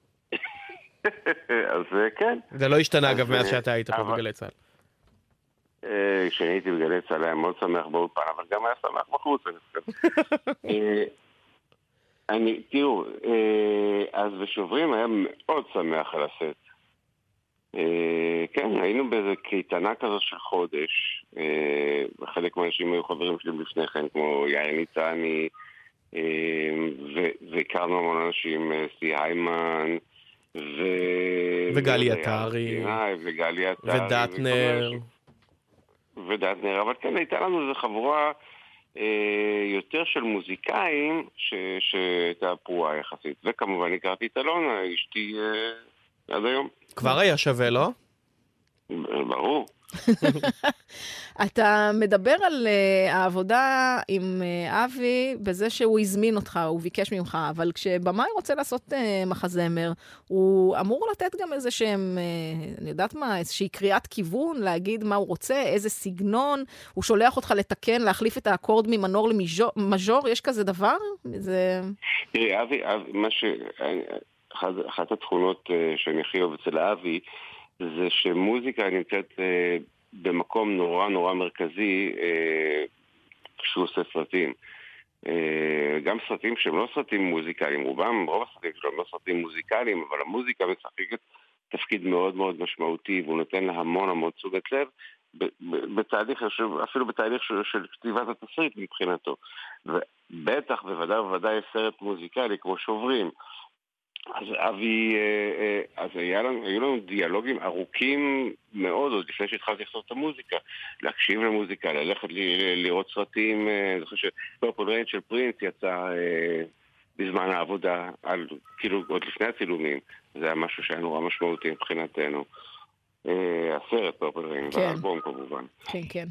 אז כן. זה לא השתנה אגב מאז שאתה היית פה בגלי צהל. כשאני הייתי בגלי צהל היה מאוד שמח באולפן, אבל גם היה שמח בחוץ. אני, תראו, אז בשוברים היה מאוד שמח על הסט. כן, היינו באיזו קייטנה כזו של חודש, וחלק מהאנשים היו חברים שלי לפני כן, כמו יאיר ניצני, והכרנו המון אנשים, סי היימן, וגלי עטרי, וגלי עטרי, ודטנר. ודטנר, אבל כן, הייתה לנו איזו חבורה יותר של מוזיקאים שהייתה פרועה יחסית. וכמובן הכרתי את אלונה, אשתי עד היום. כבר היה שווה, לא? ברור. אתה מדבר על uh, העבודה עם uh, אבי בזה שהוא הזמין אותך, הוא ביקש ממך, אבל כשבמאי רוצה לעשות uh, מחזמר, הוא אמור לתת גם איזה שהם, uh, אני יודעת מה, איזושהי קריאת כיוון, להגיד מה הוא רוצה, איזה סגנון, הוא שולח אותך לתקן, להחליף את האקורד ממנור למז'ור, יש כזה דבר? זה... תראי, אבי, אבי מה ש... אחת, אחת התכונות uh, שאני הכי אוהב אצל אבי, זה שמוזיקה נמצאת אה, במקום נורא נורא מרכזי אה, כשהוא עושה סרטים. אה, גם סרטים שהם לא סרטים מוזיקליים, רובם, רוב הסרטים שלהם לא סרטים מוזיקליים, אבל המוזיקה משחקת תפקיד מאוד מאוד משמעותי, והוא נותן לה המון המון תשומת לב, בתהליך, אפילו בתהליך של, של כתיבת התסריט מבחינתו. ובטח, בוודאי ובוודאי סרט מוזיקלי כמו שוברים, אז אבי, אז היה לנו, היו לנו דיאלוגים ארוכים מאוד, עוד לפני שהתחלתי לכתוב את המוזיקה, להקשיב למוזיקה, ללכת לראות סרטים, אני חושב שפרפל ריין של פרינס יצא בזמן העבודה, על, כאילו עוד לפני הצילומים, זה היה משהו שהיה נורא משמעותי מבחינתנו. הסרט פרפל ריין, והאלבום כמובן. כן, כן.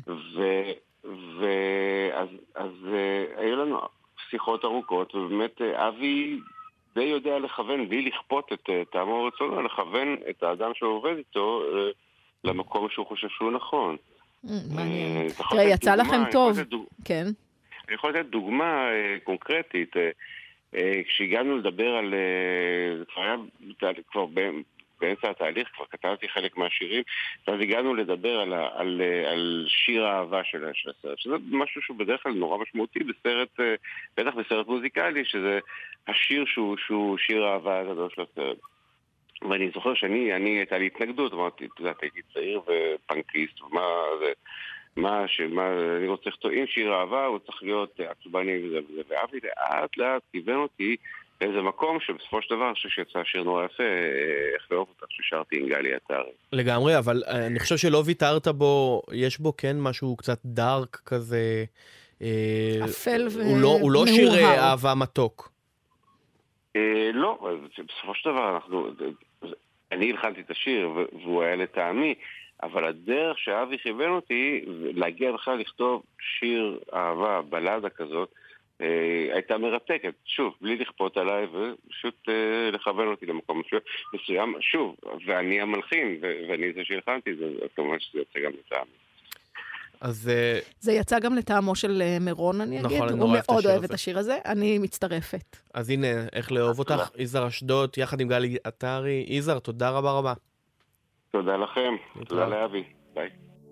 ואז היו לנו שיחות ארוכות, ובאמת אבי די יודע לכוון, בלי לכפות את טעמו רצונו, לכוון את האדם שעובד איתו למקום שהוא חושב שהוא נכון. מעניין. תראה, יצא לכם טוב. כן. אני יכול לתת דוגמה קונקרטית. כשהגענו לדבר על... זה כבר היה כבר באמצע התהליך, כבר כתבתי חלק מהשירים, ואז הגענו לדבר על, ה, על, על שיר האהבה של, של הסרט, שזה משהו שהוא בדרך כלל נורא משמעותי בסרט, בטח בסרט מוזיקלי, שזה השיר שהוא, שהוא שיר האהבה הגדול של הסרט. ואני זוכר שאני, אני הייתה לי התנגדות, אמרתי, אתה יודעת, הייתי צעיר ופנקיסט, ומה זה, מה, שמה, אני רוצה לכתוב, אם שיר אהבה, הוא צריך להיות עצבני וזה וזה, ואבי לאט לאט כיוון אותי באיזה מקום שבסופו של דבר, אני חושב שיצא שיר נורא יפה, איך לאהוב אותך, ששרתי עם גלי עטרי. לגמרי, אבל אני חושב שלא ויתרת בו, יש בו כן משהו קצת דארק כזה, אפל ומאוהר. הוא לא שיר אהבה מתוק. לא, בסופו של דבר אנחנו, אני הלחנתי את השיר והוא היה לטעמי, אבל הדרך שאבי כיוון אותי להגיע בכלל לכתוב שיר אהבה, בלדה כזאת, הייתה מרתקת, שוב, בלי לכפות עליי ופשוט לכוון אותי למקום מסוים, שוב, ואני המלחין ואני זה שהלחנתי, אז כמובן שזה יוצא גם לטעמי. אז זה יצא גם לטעמו של מירון, אני אגיד. נכון, הוא מאוד אוהב את השיר הזה. אני מצטרפת. אז הנה, איך לאהוב אותך, יזהר אשדוד, יחד עם גלי עטרי. יזהר, תודה רבה רבה. תודה לכם, תודה לאבי. ביי.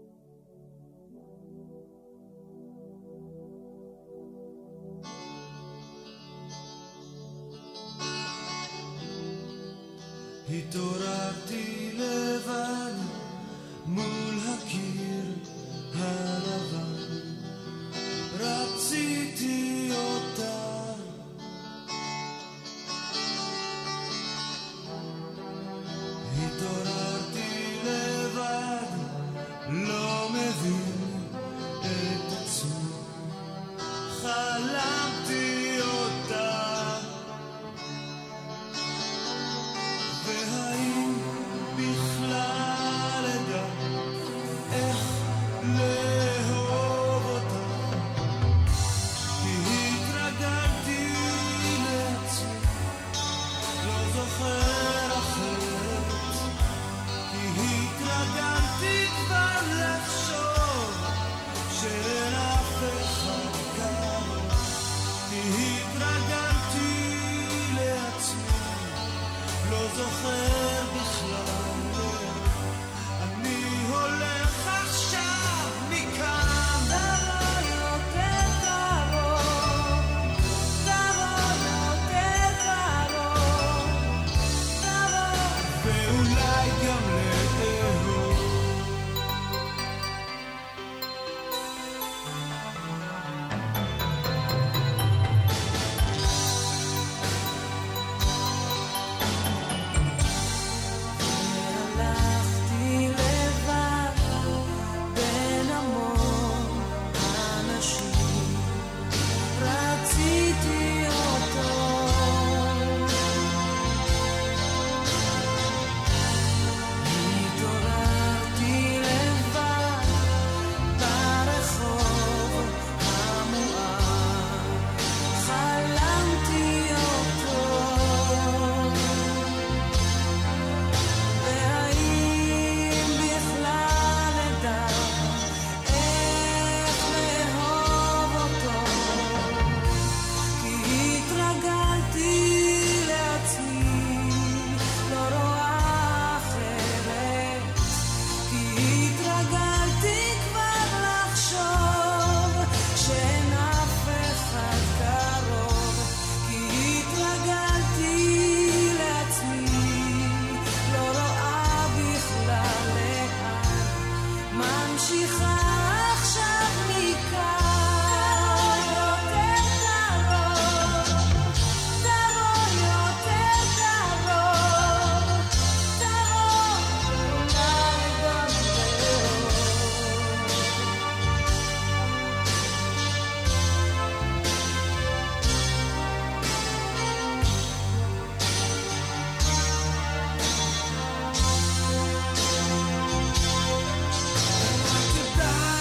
התעוררתי לבד מול הקיר הלבן, רציתי אותה, התעוררתי לבד, לא מבין את עצמי, חלמתי אותה, והאם בכלל אדע איך לאהוב אותה, כי התרגלתי לעצמי, לא זוכר אחרת, כי התרגלתי כבר לחשוב שאין אף אחד קרוב, כי התרגלתי לעצמי, לא זוכר בכלל, אני הולך עכשיו מכאן, תבוא יותר קרוב, תבוא יותר קרוב, תבוא, ואולי גם לאהוב. הלכתי לבד בין המון אנשים, רציתי אותו, התעוררתי לבד ברחוב המואר, חלמתי אותו, והאם בכלל אדע איך לאהוב אותו, כי התרגלתי לעצמי, לא רואה אחרת, כי התרגלתי כבר לחשוב שאין אף אחד קרוב, כי התרגלתי לעצמי, לא רואה בכלל לאן, ממשיכה עכשיו מכאן, יותר קרוב, תבוא יותר קרוב, תבוא, אולי גם לאהוב. את יודעת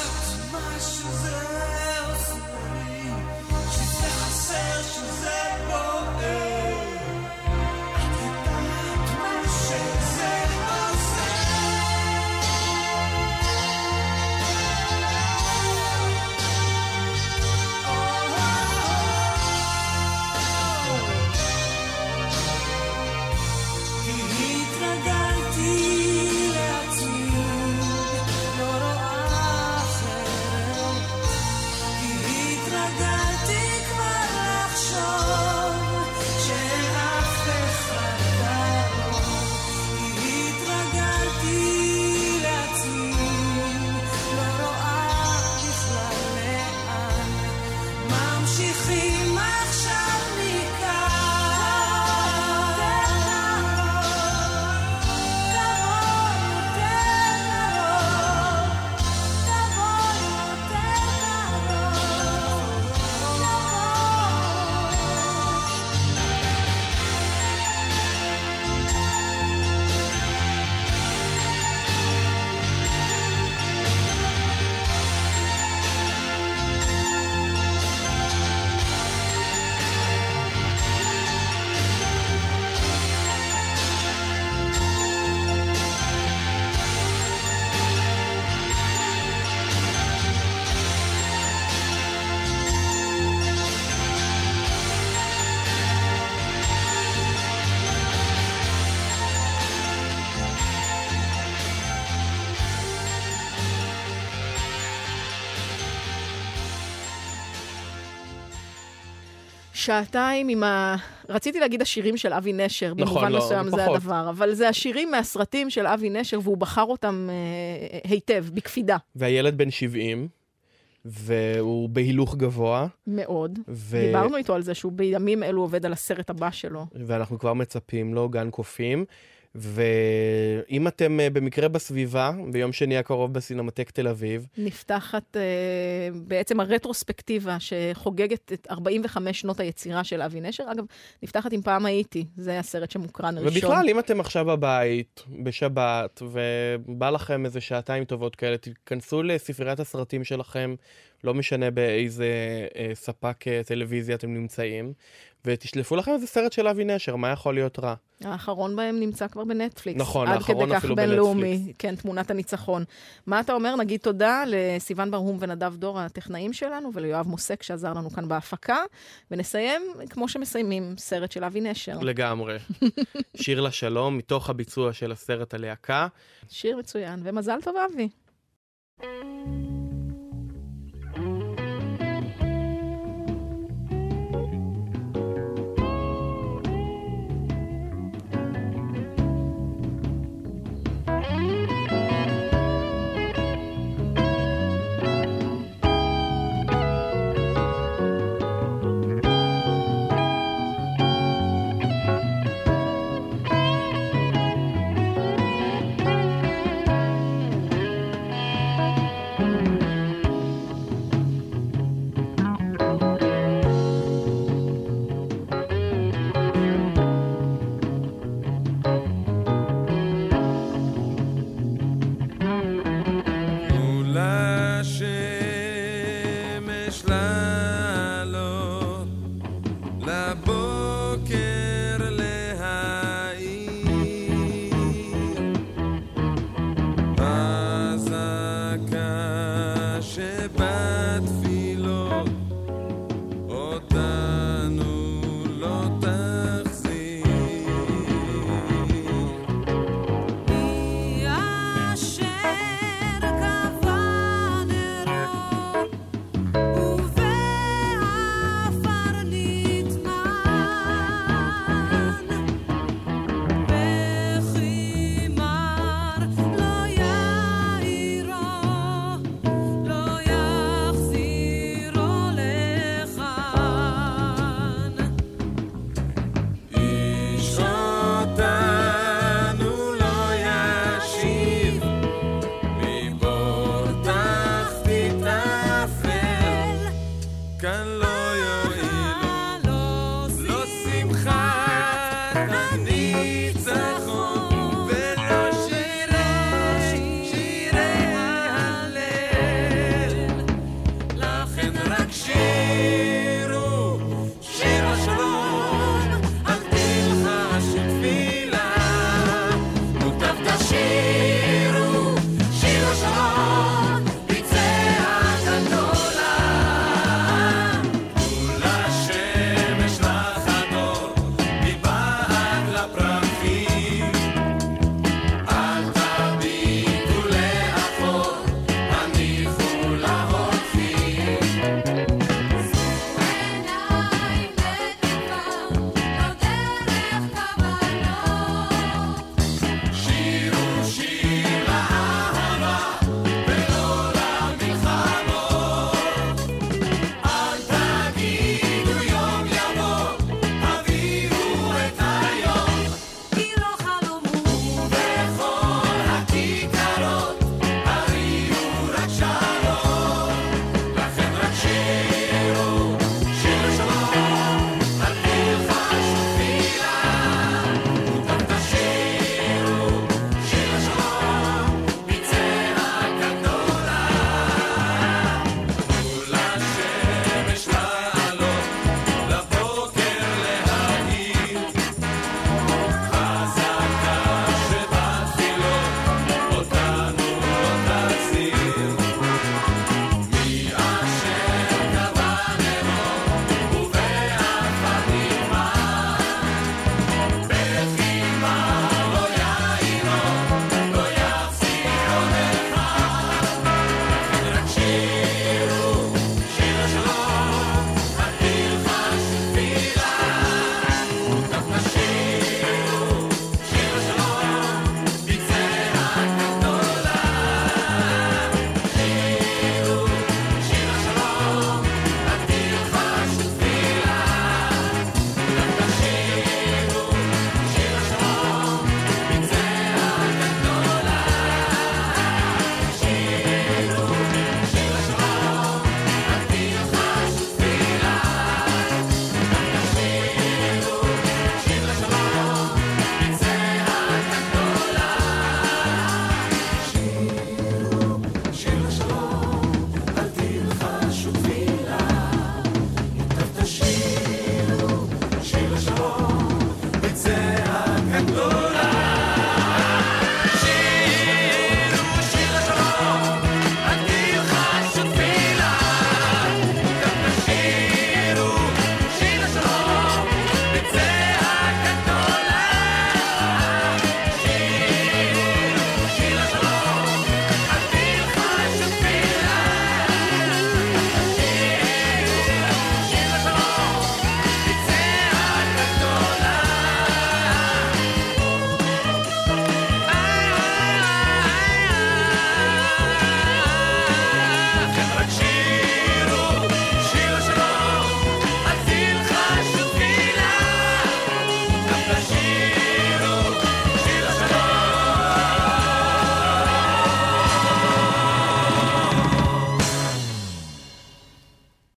שעתיים עם ה... רציתי להגיד השירים של אבי נשר, נכון, במובן לא, מסוים זה זה פחות. הדבר, אבל זה השירים מהסרטים של אבי נשר, והוא בחר אותם אה, היטב, בקפידה. והילד בן שבעים, והוא בהילוך גבוה. מאוד. ו... דיברנו איתו על זה שהוא בימים אלו עובד על הסרט הבא שלו. ואנחנו כבר מצפים לו, גן קופים. ואם אתם uh, במקרה בסביבה, ביום שני הקרוב בסינמטק תל אביב, נפתחת אה, בעצם הרטרוספקטיבה שחוגגת את ארבעים וחמש שנות היצירה של אבי נשר. אגב, נפתחת עם פעם הייתי, זה הסרט שמוקרן ראשון. ובכלל, אם אתם עכשיו בבית, בשבת, ובא לכם איזה שעתיים טובות כאלה, תיכנסו לספריית הסרטים שלכם, לא משנה באיזה אה, ספק אה, טלוויזיה אתם נמצאים, ותשלפו לכם איזה סרט של אבי נשר, מה יכול להיות רע? האחרון בהם נמצא כבר בנטפליקס. נכון, האחרון אפילו בנטפליקס. בינלאומי, כן, תמונת הניצחון. מה אתה אומר? נגיד תודה לסיוון ברהום ונדב דור, הטכנאים שלנו, וליואב מוסק שעזר לנו כאן בהפקה, ונסיים כמו שמסיימים, סרט של אבי נשר. לגמרי. שיר לשלום, מתוך הביצוע של הסרט הלהקה. שיר מצוין, ומזל טוב אבי. Bye.